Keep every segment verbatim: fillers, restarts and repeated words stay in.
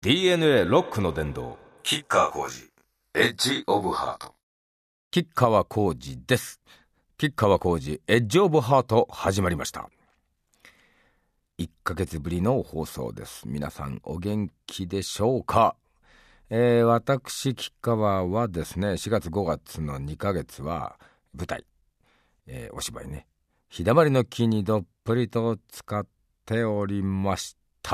ディーエヌエー ロックの殿堂、吉川晃司、エッジオブハート。吉川晃司です。吉川晃司、エッジオブハート始まりました。いっかげつぶりの放送です。皆さんお元気でしょうか。えー、私吉川はですね、しがつごがつのにかげつは舞台、えー、お芝居ね、日だまりの木にどっぷりと使っておりました。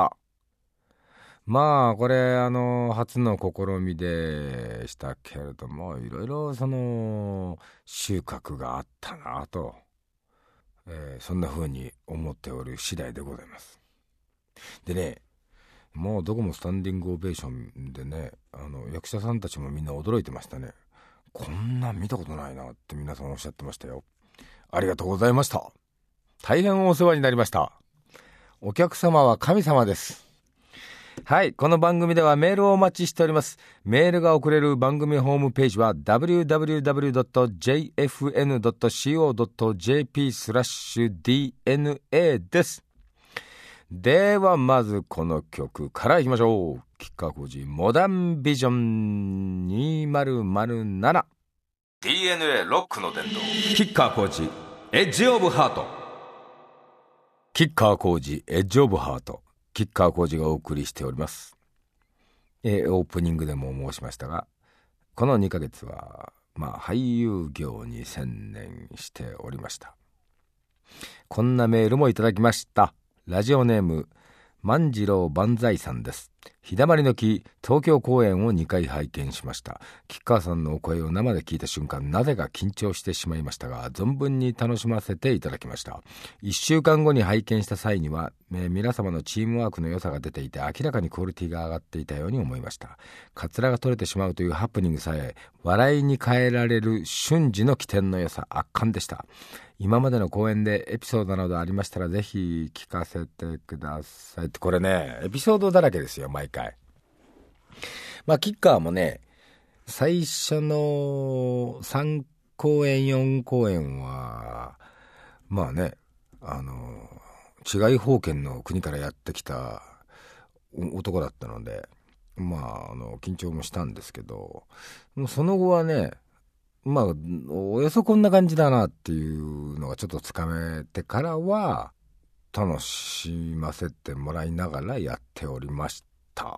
まあこれあの初の試みでしたけれども、いろいろその収穫があったなと、えー、そんな風に思っておる次第でございます。でね、もうどこもスタンディングオベーションでね、あの役者さんたちもみんな驚いてましたね。こんなん見たことないなって皆さんおっしゃってましたよ。ありがとうございました。大変お世話になりました。お客様は神様です。はい、この番組ではメールをお待ちしております。メールが送れる番組ホームページは ダブリューダブリューダブリュードットジェイエフエヌドットシーオードットジェーピー スラッシュ ディーエヌエー です。ではまずこの曲からいきましょう。吉川晃司モダンビジョンにせんなな ディーエヌエー ロックの殿堂、吉川晃司エッジオブハート。吉川晃司エッジオブハート、吉川晃司がお送りしております。えー、オープニングでも申しましたが、このにかげつはまあ俳優業に専念しておりました。こんなメールもいただきました。ラジオネーム万次郎万歳さんです。日だまりの木東京公演をにかい拝見しました。吉川さんのお声を生で聞いた瞬間、なぜか緊張してしまいましたが、存分に楽しませていただきました。いっしゅうかんごに拝見した際には、えー、皆様のチームワークの良さが出ていて、明らかにクオリティが上がっていたように思いました。カツラが取れてしまうというハプニングさえ笑いに変えられる瞬時の起点の良さ、圧巻でした。今までの公演でエピソードなどありましたらぜひ聞かせてくださいって。これね、エピソードだらけですよ、毎回。まあ吉川もね、最初のさんこうえんよんこうえんはまあね、あの治外法権の国からやってきた男だったので、まああの緊張もしたんですけど、その後はね、まあおよそこんな感じだなっていうのがちょっとつかめてからは楽しませてもらいながらやっておりました。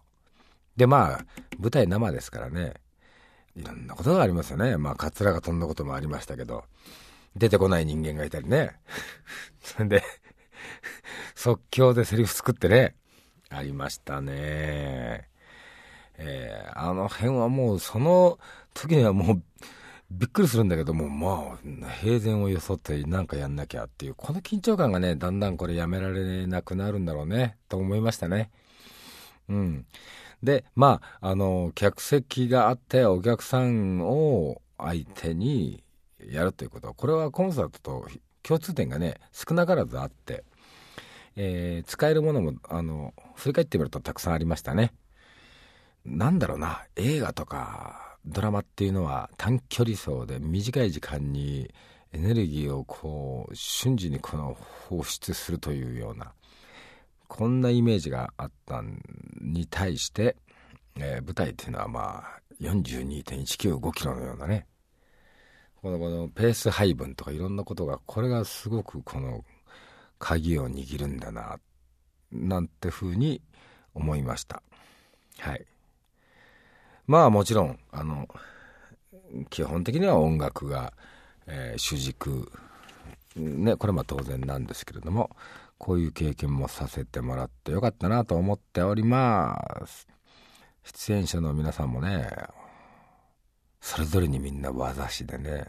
でまあ舞台生ですからね、いろんなことがありますよね。まあカツラが飛んだこともありましたけど、出てこない人間がいたりねそれで即興でセリフ作ってね、ありましたね。えー、あの辺はもうその時にはもうびっくりするんだけども、まあ平然を装ってなんかやんなきゃっていうこの緊張感がね、だんだんこれやめられなくなるんだろうねと思いましたね。うん。でまああの客席があってお客さんを相手にやるということ、これはコンサートと共通点がね少なからずあって、えー、使えるものもあの振り返ってみるとたくさんありましたね。なんだろうな、映画とかドラマっていうのは短距離走で短い時間にエネルギーをこう瞬時にこの放出するというような、こんなイメージがあったに対して、えー、舞台っていうのはまあ よんじゅうにてんいちきゅうご キロのようなね、このこのペース配分とかいろんなことが、これがすごくこの鍵を握るんだななんて風に思いました。はい。まあもちろんあの基本的には音楽が、えー、主軸ね、これも当然なんですけれども、こういう経験もさせてもらってよかったなと思っております。出演者の皆さんもね、それぞれにみんな技師でね、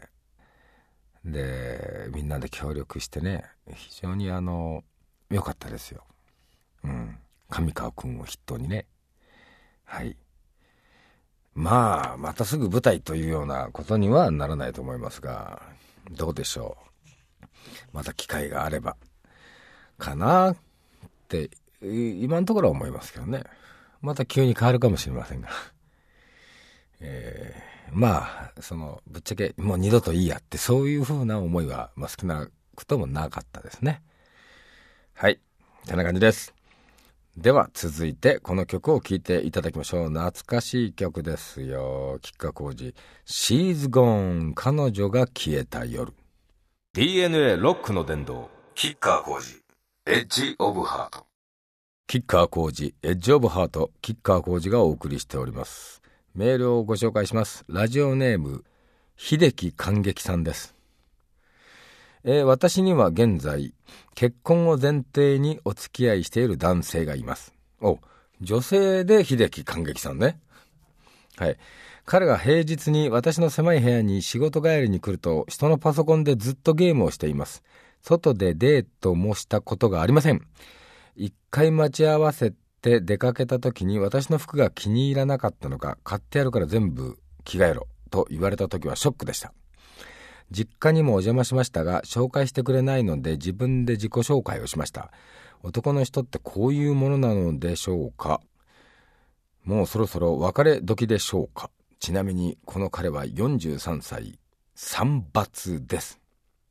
でみんなで協力してね、非常にあの良かったですよ。うん、上川くんを筆頭にね。はい。まあまたすぐ舞台というようなことにはならないと思いますが、どうでしょう、また機会があればかなって今のところは思いますけどね。また急に変わるかもしれませんが、えー、まあそのぶっちゃけもう二度といいやってそういう風な思いは、まあ、少なくともなかったですね。はい、こんな感じです。 では続いてこの曲を聴いていただきましょう。懐かしい曲ですよ。吉川晃司 She's Gone 彼女が消えた夜。 ディーエヌエー ロックの殿堂吉川晃司エッジオブハート。吉川晃司エッジオブハート、吉川晃司がお送りしております。メールをご紹介します。ラジオネーム秀樹感激さんです。えー、私には現在結婚を前提にお付き合いしている男性がいます。お、女性で秀樹感激さんね。はい。彼が平日に私の狭い部屋に仕事帰りに来ると、人のパソコンでずっとゲームをしています。外でデートもしたことがありません。一回待ち合わせて出かけた時に私の服が気に入らなかったのか、買ってあるから全部着替えろと言われた時はショックでした。実家にもお邪魔しましたが、紹介してくれないので自分で自己紹介をしました。男の人ってこういうものなのでしょうか。もうそろそろ別れ時でしょうか。ちなみにこの彼はよんじゅうさんさい散髪です。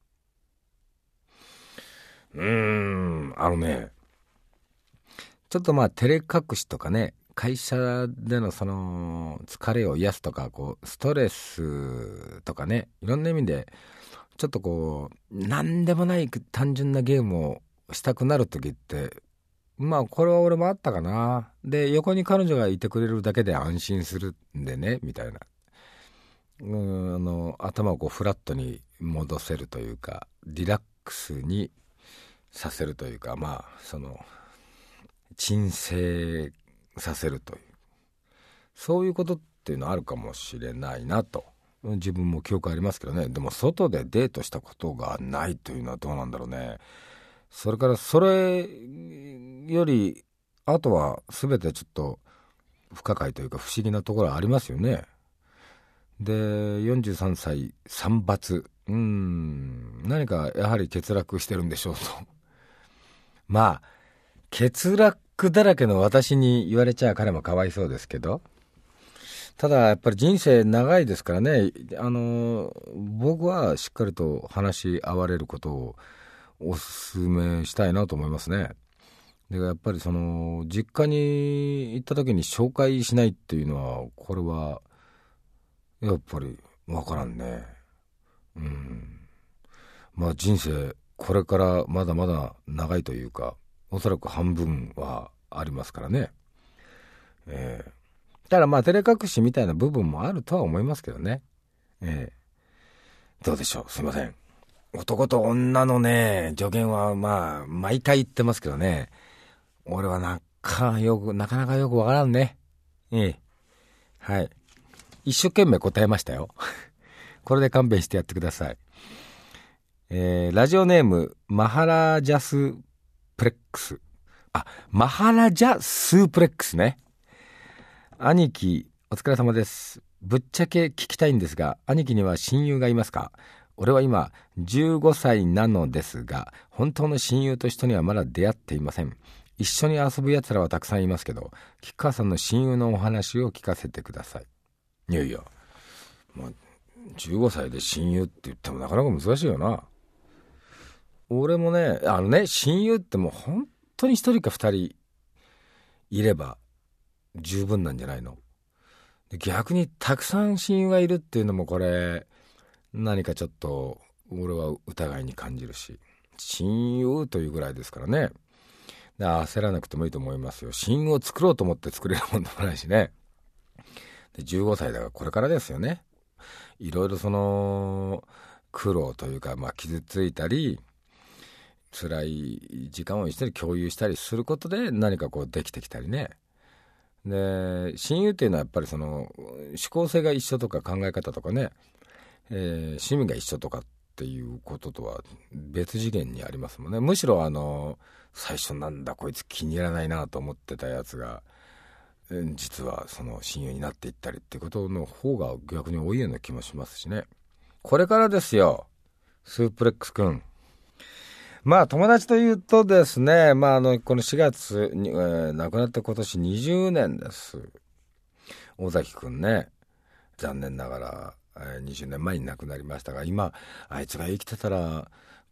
うーんあのねちょっとまあ照れ隠しとかね、会社でのその疲れを癒すとか、こうストレスとかね、いろんな意味でちょっとこう何でもない単純なゲームをしたくなる時って、まあこれは俺もあったかな。で横に彼女がいてくれるだけで安心するんでねみたいな、うんあの頭をこうフラットに戻せるというか、リラックスにさせるというか、まあその鎮静させるという、そういうことっていうのはあるかもしれないなと自分も記憶ありますけどね。でも外でデートしたことがないというのはどうなんだろうね。それからそれよりあとは全てちょっと不可解というか不思議なところはありますよね。でよんじゅうさんさい散髪、うーん何かやはり欠落してるんでしょうとまあ欠落だらけの私に言われちゃ彼もかわいそうですけど、ただやっぱり人生長いですからね。あの僕はしっかりと話し合われることをお勧めしたいなと思いますね。でやっぱりその実家に行った時に紹介しないっていうのは、これはやっぱり分からんね。うんまあ人生これからまだまだ長いというか、おそらく半分はありますからね。ええただまあ照れ隠しみたいな部分もあるとは思いますけどね。ええどうでしょう。すいません。男と女のね助言はまあ毎回言ってますけどね、俺はなかよくなかなかよくわからんね。ええはい一生懸命答えましたよこれで勘弁してやってください。えー、ラジオネームマハラジャスプレックス、あマハラジャスープレックスね。兄貴お疲れ様です。ぶっちゃけ聞きたいんですが、兄貴には親友がいますか？俺は今じゅうごさいなのですが、本当の親友と人にはまだ出会っていません。一緒に遊ぶやつらはたくさんいますけど、吉川さんの親友のお話を聞かせてください。いやいや、まあ、じゅうごさいで親友って言ってもなかなか難しいよな。俺もね、あのね、親友ってもう本当に一人か二人いれば十分なんじゃないの。逆にたくさん親友がいるっていうのもこれ何かちょっと俺は疑いに感じるし、親友というぐらいですからね。焦らなくてもいいと思いますよ。親友を作ろうと思って作れるもんでもないしね。でじゅうごさいだからこれからですよね。いろいろその苦労というか、まあ傷ついたり辛い時間を一緒に共有したりすることで何かこうできてきたりね。で親友っていうのはやっぱりその思考性が一緒とか考え方とかね、えー、趣味が一緒とかっていうこととは別次元にありますもんね。むしろあの最初なんだこいつ気に入らないなと思ってたやつが、えー、実はその親友になっていったりっていうことの方が逆に多いような気もしますしね。これからですよスープレックスくん。まあ友達というとですね、まああのこのしがつに、えー、亡くなって今年にじゅうねんです。尾崎くんね、残念ながら、えー、にじゅうねんまえに亡くなりましたが、今あいつが生きてたら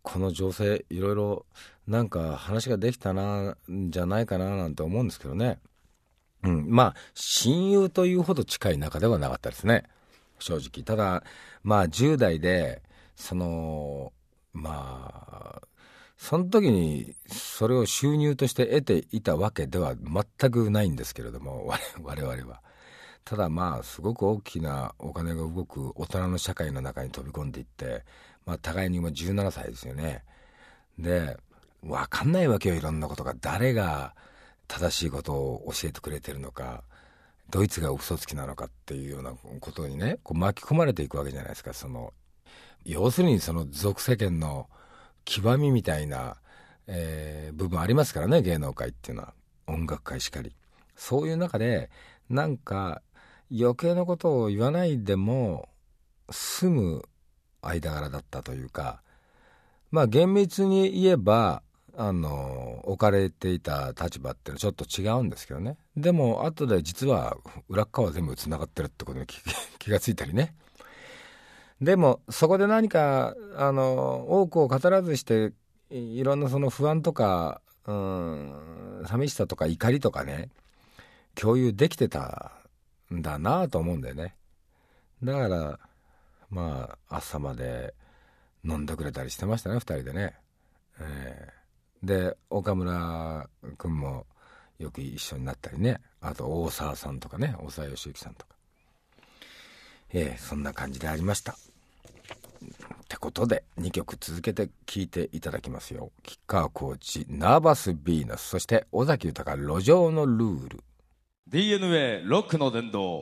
この情勢いろいろなんか話ができたなんじゃないかななんて思うんですけどね。うん、まあ親友というほど近い仲ではなかったですね、正直。ただまあじゅう代でそのまあその時にそれを収入として得ていたわけでは全くないんですけれども、我々は。ただまあすごく大きなお金が動く大人の社会の中に飛び込んでいって、まあ、互いに今じゅうななさいですよね。で分かんないわけよ、いろんなことが。誰が正しいことを教えてくれてるのか、ドイツが嘘つきなのかっていうようなことにね、こう巻き込まれていくわけじゃないですか。その要するにその俗世間の極みみたいな、えー、部分ありますからね、芸能界っていうのは。音楽界しかり。そういう中でなんか余計なことを言わないでも済む間柄だったというか、まあ厳密に言えばあの置かれていた立場っていうのはちょっと違うんですけどね。でも後で実は裏っ側は全部つながってるってことに 気, 気がついたりね。でもそこで何かあの多くを語らずしていろんなその不安とか、うん、寂しさとか怒りとかね、共有できてたんだなと思うんだよね。だからまあ朝まで飲んでくれたりしてましたね、ふたりでね。えーで岡村君もよく一緒になったりね、あと大沢さんとかね、大沢義之さんとか、えー、そんな感じでありました。ってことでにきょく続けて聴いていただきますよ。吉川晃司ナーバスヴィーナス、そして尾崎豊路上のルール。 ディーエヌエー ロックの殿堂、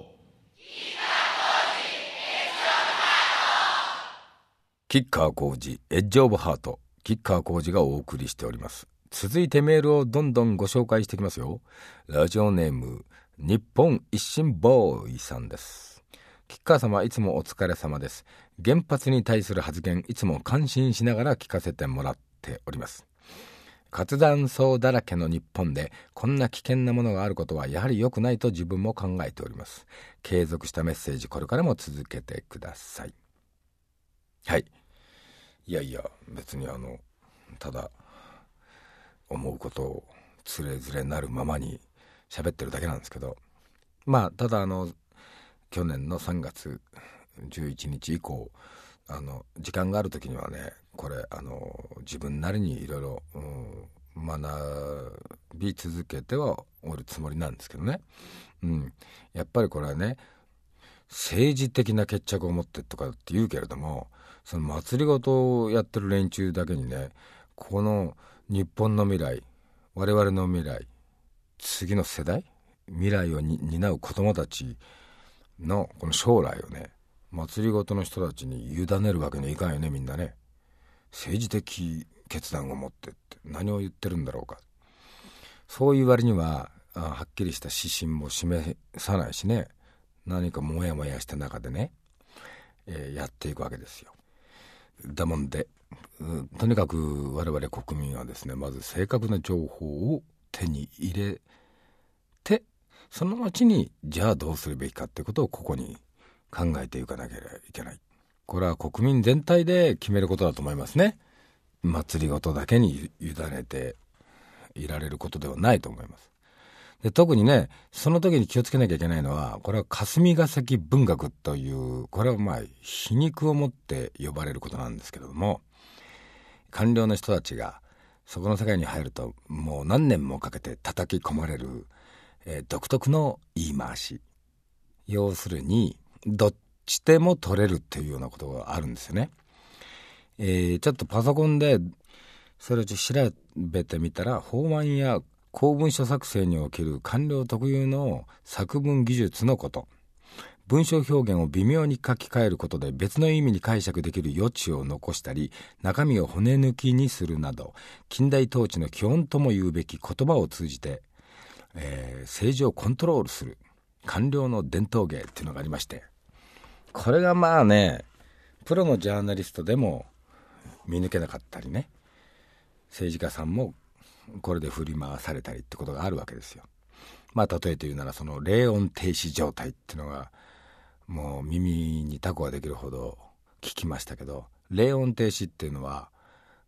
吉川晃司エッジオブハート、吉川晃司がお送りしております。続いてメールをどんどんご紹介していきますよ。ラジオネーム日本一心ボーイさんです。吉川様、いつもお疲れ様です。原発に対する発言、いつも感心しながら聞かせてもらっております。活断層だらけの日本でこんな危険なものがあることはやはり良くないと自分も考えております。継続したメッセージ、これからも続けてください。はい、いやいや別にあのただ思うことをつれづれなるままに喋ってるだけなんですけど、まあただあの去年のさんがつじゅういちにち以降、あの時間がある時にはね、これあの自分なりにいろいろ学び続けてはおるつもりなんですけどね、うん、やっぱりこれはね、政治的な決着を持ってとかって言うけれども、その祭りごとをやってる連中だけにね、この日本の未来、我々の未来、次の世代、未来をに担う子供たちのこの将来をね、祭りごとの人たちに委ねるわけにいかんよね、みんなね。政治的決断を持ってって何を言ってるんだろうか。そういう割にはあはっきりした指針も示さないしね、何かモヤモヤした中でね、えー、やっていくわけですよ。だもんで、とにかく我々国民はですね、まず正確な情報を手に入れて、その後にじゃあどうするべきかっていうことをここに考えていかなければいけない。これは国民全体で決めることだと思いますね。祭りごとだけに委ねていられることではないと思います。で特にね、その時に気をつけなきゃいけないのは、これは霞が関文学という、これはまあ皮肉を持って呼ばれることなんですけれども、官僚の人たちがそこの世界に入るともう何年もかけて叩き込まれる、えー、独特の言い回し、要するにどっちでも取れるっていうようなことがあるんですよね。えー、ちょっとパソコンでそれを調べてみたら、法案や公文書作成における官僚特有の作文技術のこと、文章表現を微妙に書き換えることで別の意味に解釈できる余地を残したり、中身を骨抜きにするなど、近代統治の基本とも言うべき言葉を通じて、えー、政治をコントロールする官僚の伝統芸っていうのがありまして、これがまあね、プロのジャーナリストでも見抜けなかったりね、政治家さんもこれで振り回されたりってことがあるわけですよ。まあ例えて言うなら、その冷音停止状態っていうのがもう耳にタコができるほど聞きましたけど、冷音停止っていうのは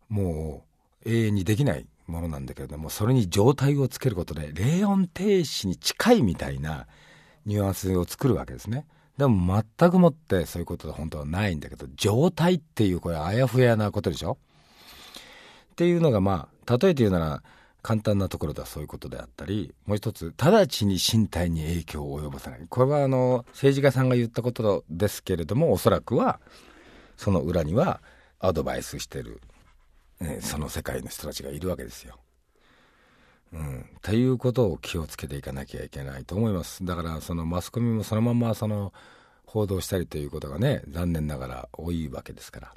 もう永遠にできないものなんだけれども、それに状態をつけることで冷温停止に近いみたいなニュアンスを作るわけですね。でも全くもってそういうことで本当はないんだけど、状態っていうこれあやふやなことでしょっていうのが、まあ例えて言うなら簡単なところではそういうことであったり、もう一つ直ちに身体に影響を及ぼさない、これはあの政治家さんが言ったことですけれども、おそらくはその裏にはアドバイスしてる、えー、その世界の人たちがいるわけですよ。うん、ということを気をつけていかなきゃいけないと思います。だからそのマスコミもそのままその報道したりということがね、残念ながら多いわけですから、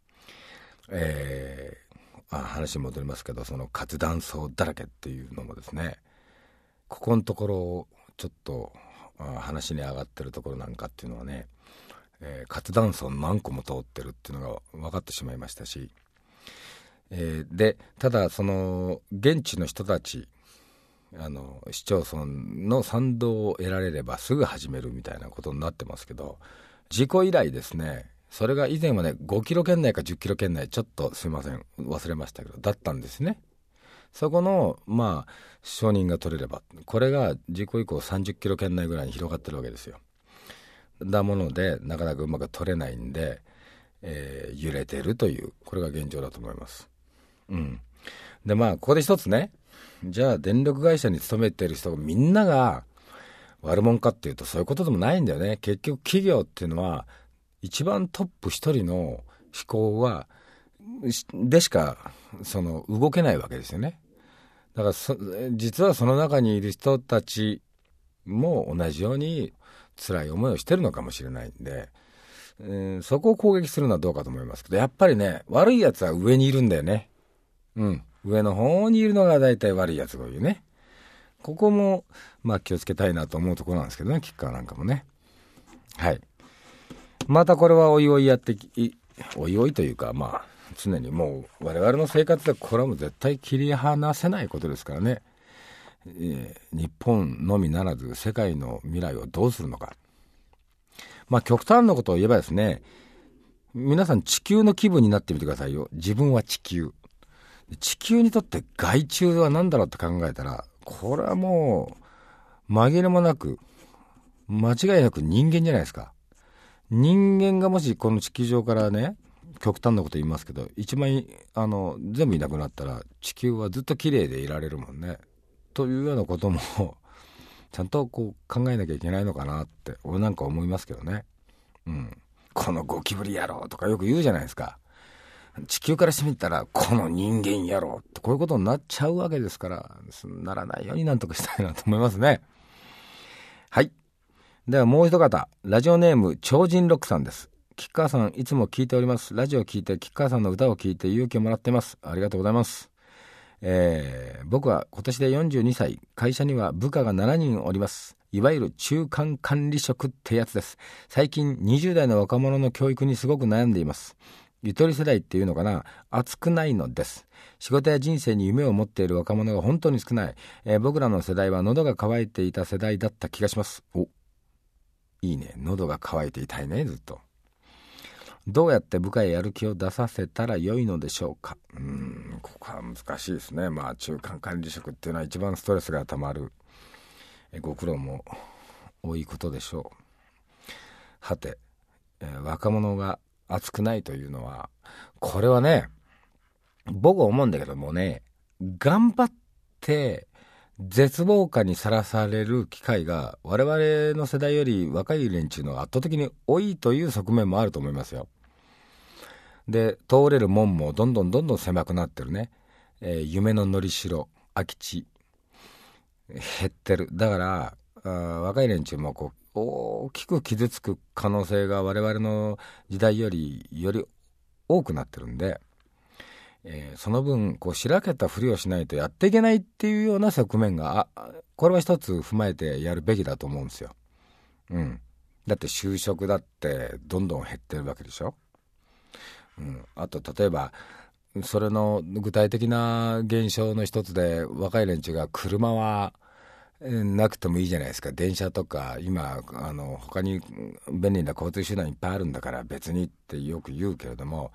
えー、あ話に戻りますけど、その活断層だらけっていうのもですね、ここのところちょっと話に上がってるところなんかっていうのはね、えー、活断層何個も通ってるっていうのが分かってしまいましたし、えー、でただその現地の人たち、あの市町村の賛同を得られればすぐ始めるみたいなことになってますけど、事故以来ですね、それが以前はねごキロ圏内かじゅっキロ圏内、ちょっとすいません忘れましたけどだったんですね。そこのまあ承認が取れれば、これが事故以降さんじゅっキロ圏内ぐらいに広がってるわけですよ。だものでなかなかうまく取れないんで、えー、揺れてるという、これが現状だと思います。うん、でまあここで一つね、じゃあ電力会社に勤めてる人がみんなが悪者かっていうとそういうことでもないんだよね。結局企業っていうのは一番トップ一人の思考はでしかその動けないわけですよね。だからそ実はその中にいる人たちも同じように辛い思いをしてるのかもしれないんで、えー、そこを攻撃するのはどうかと思いますけど、やっぱりね悪いやつは上にいるんだよね。うん、上の方にいるのが大体悪いやつがいるね。ここもまあ気をつけたいなと思うところなんですけどね、キッカーなんかもね。はい。またこれはおいおいやってき、おいおいというか、まあ常にもう我々の生活でこれはもう絶対切り離せないことですからね。えー、日本のみならず世界の未来をどうするのか。まあ極端なことを言えばですね、皆さん地球の気分になってみてくださいよ。自分は地球。地球にとって害虫は何だろうって考えたら、これはもう紛れもなく間違いなく人間じゃないですか。人間がもしこの地球上からね、極端なこと言いますけど一枚あの全部いなくなったら地球はずっと綺麗でいられるもんね、というようなこともちゃんとこう考えなきゃいけないのかなって俺なんか思いますけどね。うん、このゴキブリ野郎とかよく言うじゃないですか。地球からしてみたらこの人間野郎ってこういうことになっちゃうわけですから、ならないようになんとかしたいなと思いますね。はい。ではもう一方、ラジオネーム超人ロックさんです。吉川さんいつも聞いております。ラジオを聞いて吉川さんの歌を聞いて勇気をもらっています。ありがとうございます。えー、僕は今年でよんじゅうにさい、会社には部下がしちにんおります。いわゆる中間管理職ってやつです。最近にじゅう代の若者の教育にすごく悩んでいます。ゆとり世代っていうのかな、熱くないのです。仕事や人生に夢を持っている若者が本当に少ない、えー、僕らの世代は喉が渇いていた世代だった気がします。お、いいね、喉が渇いていたいね、ずっと。どうやって部下へやる気を出させたら良いのでしょうか。うーん、ここは難しいですね。まあ中間管理職っていうのは一番ストレスがたまる、えー、ご苦労も多いことでしょう。はて、えー、若者が熱くないというのは、これはね、僕は思うんだけどもね、頑張って絶望感にさらされる機会が我々の世代より若い連中の圧倒的に多いという側面もあると思いますよ。で、通れる門もどんどんどんどん狭くなってるね、えー、夢ののりしろ空き地減ってる。だからあ若い連中もこう大きく傷つく可能性が我々の時代よりより多くなってるんで、えー、その分こうしらけたふりをしないとやっていけないっていうような側面が、あ、これは一つ踏まえてやるべきだと思うんですよ。うん。だって就職だってどんどん減ってるわけでしょ。うん。あと例えばそれの具体的な現象の一つで、若い連中が車はなくてもいいじゃないですか。電車とか今あの他に便利な交通手段いっぱいあるんだから別にってよく言うけれども、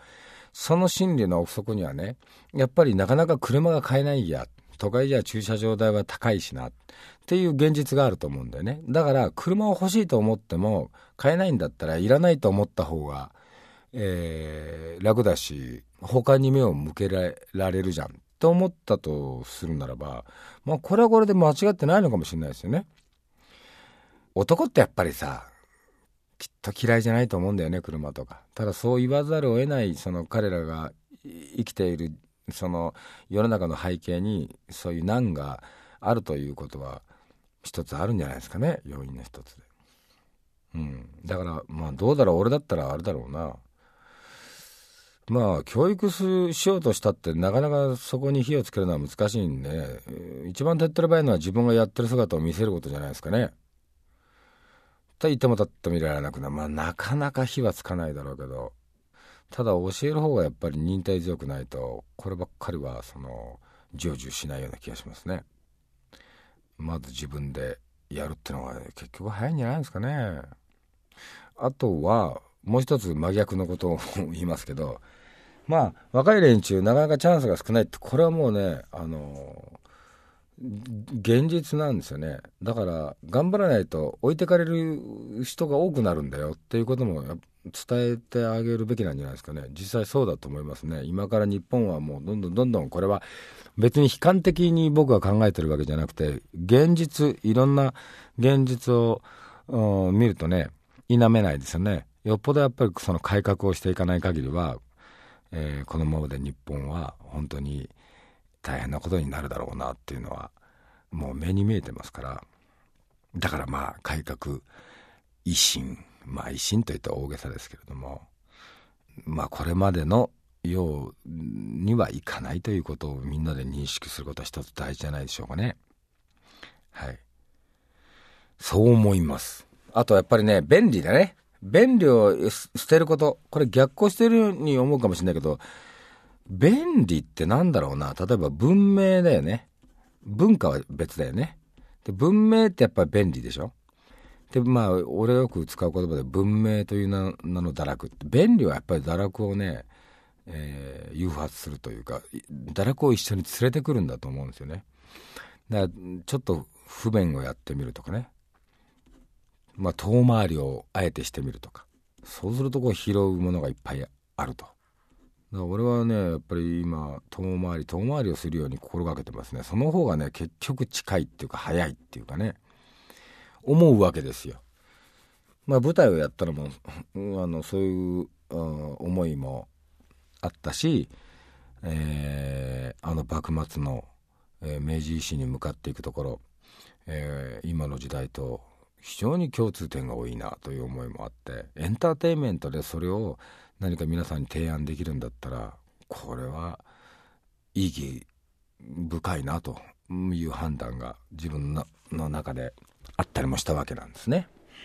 その心理の奥底にはね、やっぱりなかなか車が買えないや、都会じゃ駐車場代は高いしなっていう現実があると思うんだよね。だから車を欲しいと思っても買えないんだったらいらないと思った方が、えー、楽だし、他に目を向けられるじゃんと思ったとするならば、まあこれはこれで間違ってないのかもしれないですよね。男ってやっぱりさ、きっと嫌いじゃないと思うんだよね、車とか。ただそう言わざるを得ない、その彼らが生きているその世の中の背景にそういう難があるということは一つあるんじゃないですかね、要因の一つで。うん、だからまあどうだろう、俺だったらあれだろうな。まあ教育しようとしたってなかなかそこに火をつけるのは難しいんで、一番手っ取り早いのは自分がやってる姿を見せることじゃないですかね。と言ってもたって見られなくなる、まあなかなか火はつかないだろうけど、ただ教える方がやっぱり忍耐強くないとこればっかりはその成就しないような気がしますね。まず自分でやるってのが結局早いんじゃないですかね。あとはもう一つ真逆のことを言いますけど、まあ若い連中なかなかチャンスが少ないって、これはもうね、あの現実なんですよね。だから頑張らないと置いてかれる人が多くなるんだよっていうことも伝えてあげるべきなんじゃないですかね。実際そうだと思いますね。今から日本はもうどんどんどんどん、これは別に悲観的に僕は考えてるわけじゃなくて、現実、いろんな現実を、うん、見るとね、否めないですよね。よっぽどやっぱりその改革をしていかない限りは、えー、このままで日本は本当に大変なことになるだろうなっていうのはもう目に見えてますから。だからまあ改革維新、まあ維新といったら大げさですけれども、まあこれまでのようにはいかないということをみんなで認識することは一つ大事じゃないでしょうかね。はい、そう思います。あとやっぱりね、便利だね。便利を捨てること、これ逆行してるように思うかもしれないけど、便利ってなんだろうな。例えば文明だよね。文化は別だよね。で文明ってやっぱり便利でしょ。でまあ俺がよく使う言葉で文明という名の堕落って、便利はやっぱり堕落をね、えー、誘発するというか、堕落を一緒に連れてくるんだと思うんですよね。だからちょっと不便をやってみるとかね、まあ遠回りをあえてしてみるとか、そうするとこう拾うものがいっぱいあると。だから俺はね、やっぱり今遠回り遠回りをするように心がけてますね。その方がね、結局近いっていうか早いっていうかね、思うわけですよ。まあ舞台をやったのもあのそういう思いもあったし、えー、あの幕末の、えー、明治維新に向かっていくところ、えー、今の時代と非常に共通点が多いなという思いもあって、エンターテインメントでそれを何か皆さんに提案できるんだったら、これは意義深いなという判断が自分のの中であったりもしたわけなんですね。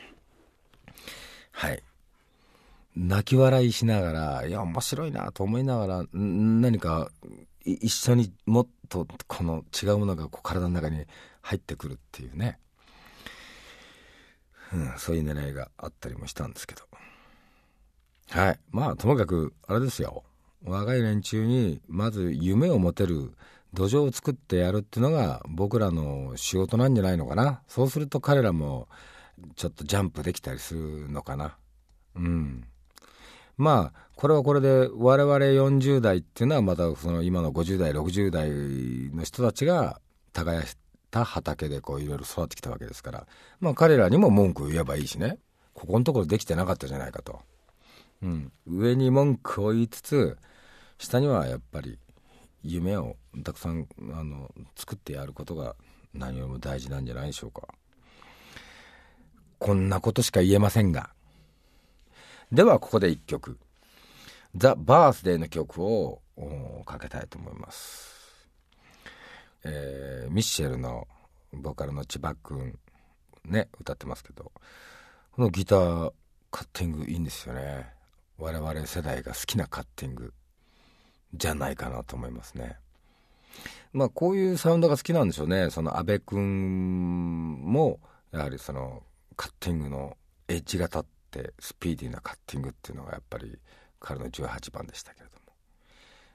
はい。泣き笑いしながら、いや面白いなと思いながら、何か一緒にもっとこの違うものがこう体の中に入ってくるっていうね、うん、そういう狙いがあったりもしたんですけど、はい。まあともかくあれですよ、若い連中にまず夢を持てる土壌を作ってやるっていうのが僕らの仕事なんじゃないのかな。そうすると彼らもちょっとジャンプできたりするのかな。うん。まあこれはこれで我々よんじゅう代っていうのはまたその今のごじゅう代ろくじゅう代の人たちが耕した畑でこういろいろ育ってきたわけですから、まあ彼らにも文句を言えばいいしね、ここのところできてなかったじゃないかと。うん、上に文句を言いつつ下にはやっぱり夢をたくさんあの作ってやることが何よりも大事なんじゃないでしょうか。こんなことしか言えませんが、ではここで一曲、ザ・バースデーの曲をかけたいと思います。えー、ミッシェルのボーカルの千葉くんね、歌ってますけど、このギターカッティングいいんですよね。我々世代が好きなカッティングじゃないかなと思いますね。まあこういうサウンドが好きなんでしょうね。その阿部くんもやはりそのカッティングのエッジが立ってスピーディーなカッティングっていうのがやっぱり彼のじゅうはちばんでしたけれども、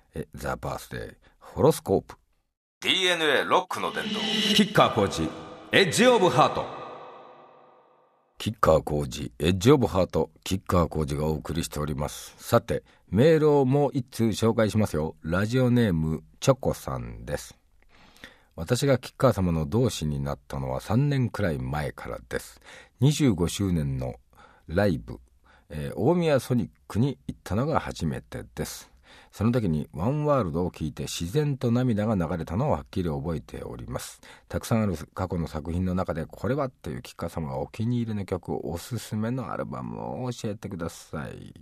えザ・バースデーホロスコープ。 ディーエヌエー ロックの伝道、キッカーコーチエッジオブハート。キッカーコーチエッジオブハート、キッカーコーチがお送りしております。さてメールをもう一通紹介しますよ。ラジオネームチョコさんです。私がキッカー様の同志になったのはさんねんくらい前からです。にじゅうごしゅうねんのライブ、えー、大宮ソニックに行ったのが初めてです。その時にワンワールドを聴いて自然と涙が流れたのをはっきり覚えております。たくさんある過去の作品の中でこれはというキッカー様がお気に入りの曲、おすすめのアルバムを教えてください。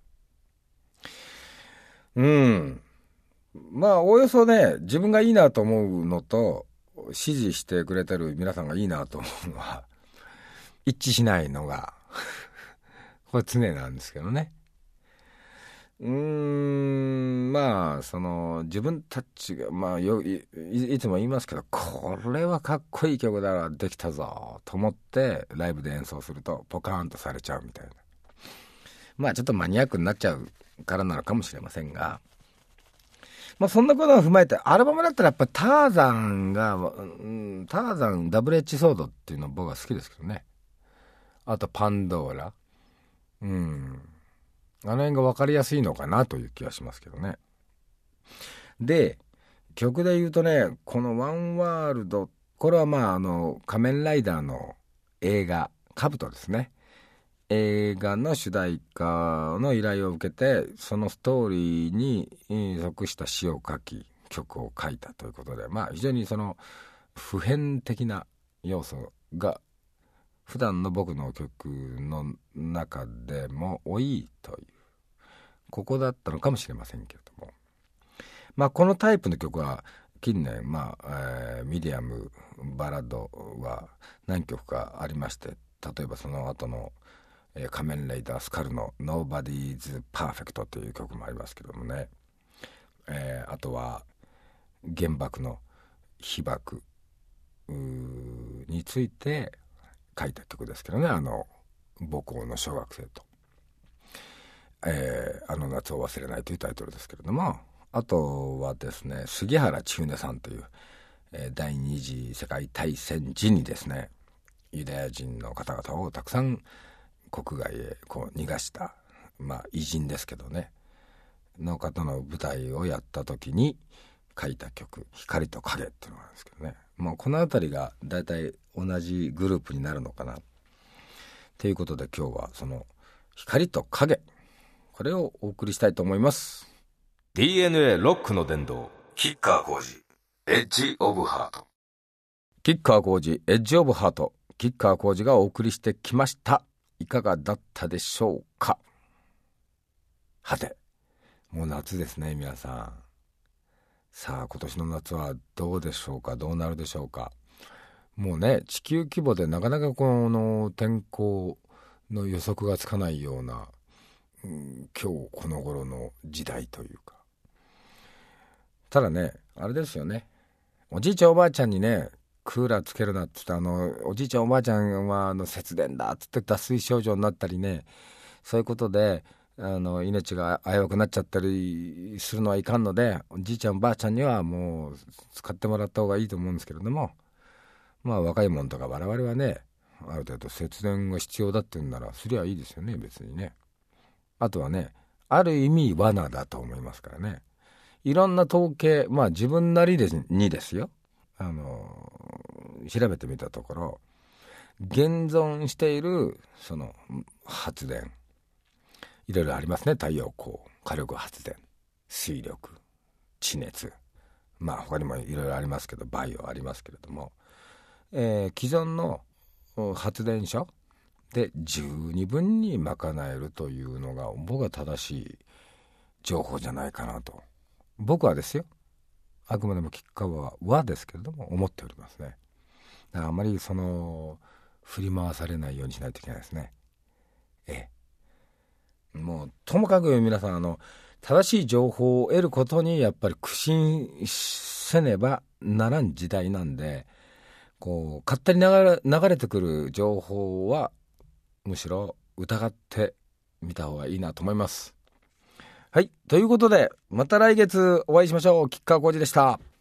うんまあおおよそね、自分がいいなと思うのと支持してくれてる皆さんがいいなと思うのは一致しないのがこれ常なんですけどね。うーんまあその自分たちがまあよ い, いつも言いますけど、これはかっこいい曲だらできたぞと思ってライブで演奏するとポカーンとされちゃうみたいな、まあちょっとマニアックになっちゃうからなのかもしれませんが、まあそんなことを踏まえてアルバムだったらやっぱターザンが、うん、ターザンダブルエッジソードっていうの僕は好きですけどね。あとパンドーラ、うんあの辺が分かりやすいのかなという気がしますけどね。で曲で言うとね、このワンワールド、これはまああの仮面ライダーの映画カブトですね。映画の主題歌の依頼を受けて、そのストーリーに属した詩を書き曲を書いたということで、まあ非常にその普遍的な要素が普段の僕の曲の中でも多いというここだったのかもしれませんけれども、まあこのタイプの曲は近年まあ、えー、ミディアムバラードは何曲かありまして、例えばその後の、えー、仮面ライダースカルの Nobody's Perfect という曲もありますけどもね、えー、あとは原爆の被爆について書いた曲ですけどね、あの母校の小学生と、えー、あの夏を忘れないというタイトルですけれども、あとはですね杉原千畝さんという、えー、第二次世界大戦時にですねユダヤ人の方々をたくさん国外へこう逃がしたまあ偉人ですけどねの方の舞台をやった時に書いた曲光と影っていうのがあるんですけどね、もうこの辺りがだいたい同じグループになるのかなということで、今日はその光と影、これをお送りしたいと思います。 ディーエヌエー ロックの伝道、キッカー工事エッジオブハート。キッカー工事エッジオブハート、キッカー工事がお送りしてきました。いかがだったでしょうか。はてもう夏ですね皆さん。さあ今年の夏はどうでしょうか、どうなるでしょうか。もうね地球規模でなかなかこの天候の予測がつかないような、うん、今日この頃の時代というか。ただねあれですよね、おじいちゃんおばあちゃんにねクーラーつけるなって言って、あのおじいちゃんおばあちゃんはあの節電だっつって脱水症状になったりね、そういうことであの命が危うくなっちゃったりするのはいかんので、おじいちゃんおばあちゃんにはもう使ってもらった方がいいと思うんですけれども、まあ若い者とか我々はねある程度節電が必要だって言うんならすりゃいいですよね別にね。あとはねある意味罠だと思いますからね、いろんな統計、まあ自分なりでにですよ、あの調べてみたところ、現存しているその発電いろいろありますね。太陽光、火力発電、水力、地熱、まあ他にもいろいろありますけど、バイオありますけれども、えー、既存の発電所で十二分に賄えるというのが僕は正しい情報じゃないかなと僕はですよ、あくまでも吉川はですけれども思っておりますね。だからあまりその振り回されないようにしないといけないですね。ええ、もうともかく皆さんあの正しい情報を得ることにやっぱり苦心せねばならん時代なんで、こう勝手に流れ、流れてくる情報はむしろ疑ってみた方がいいなと思います。 はい。ということで、また来月お会いしましょう。吉川浩司でした。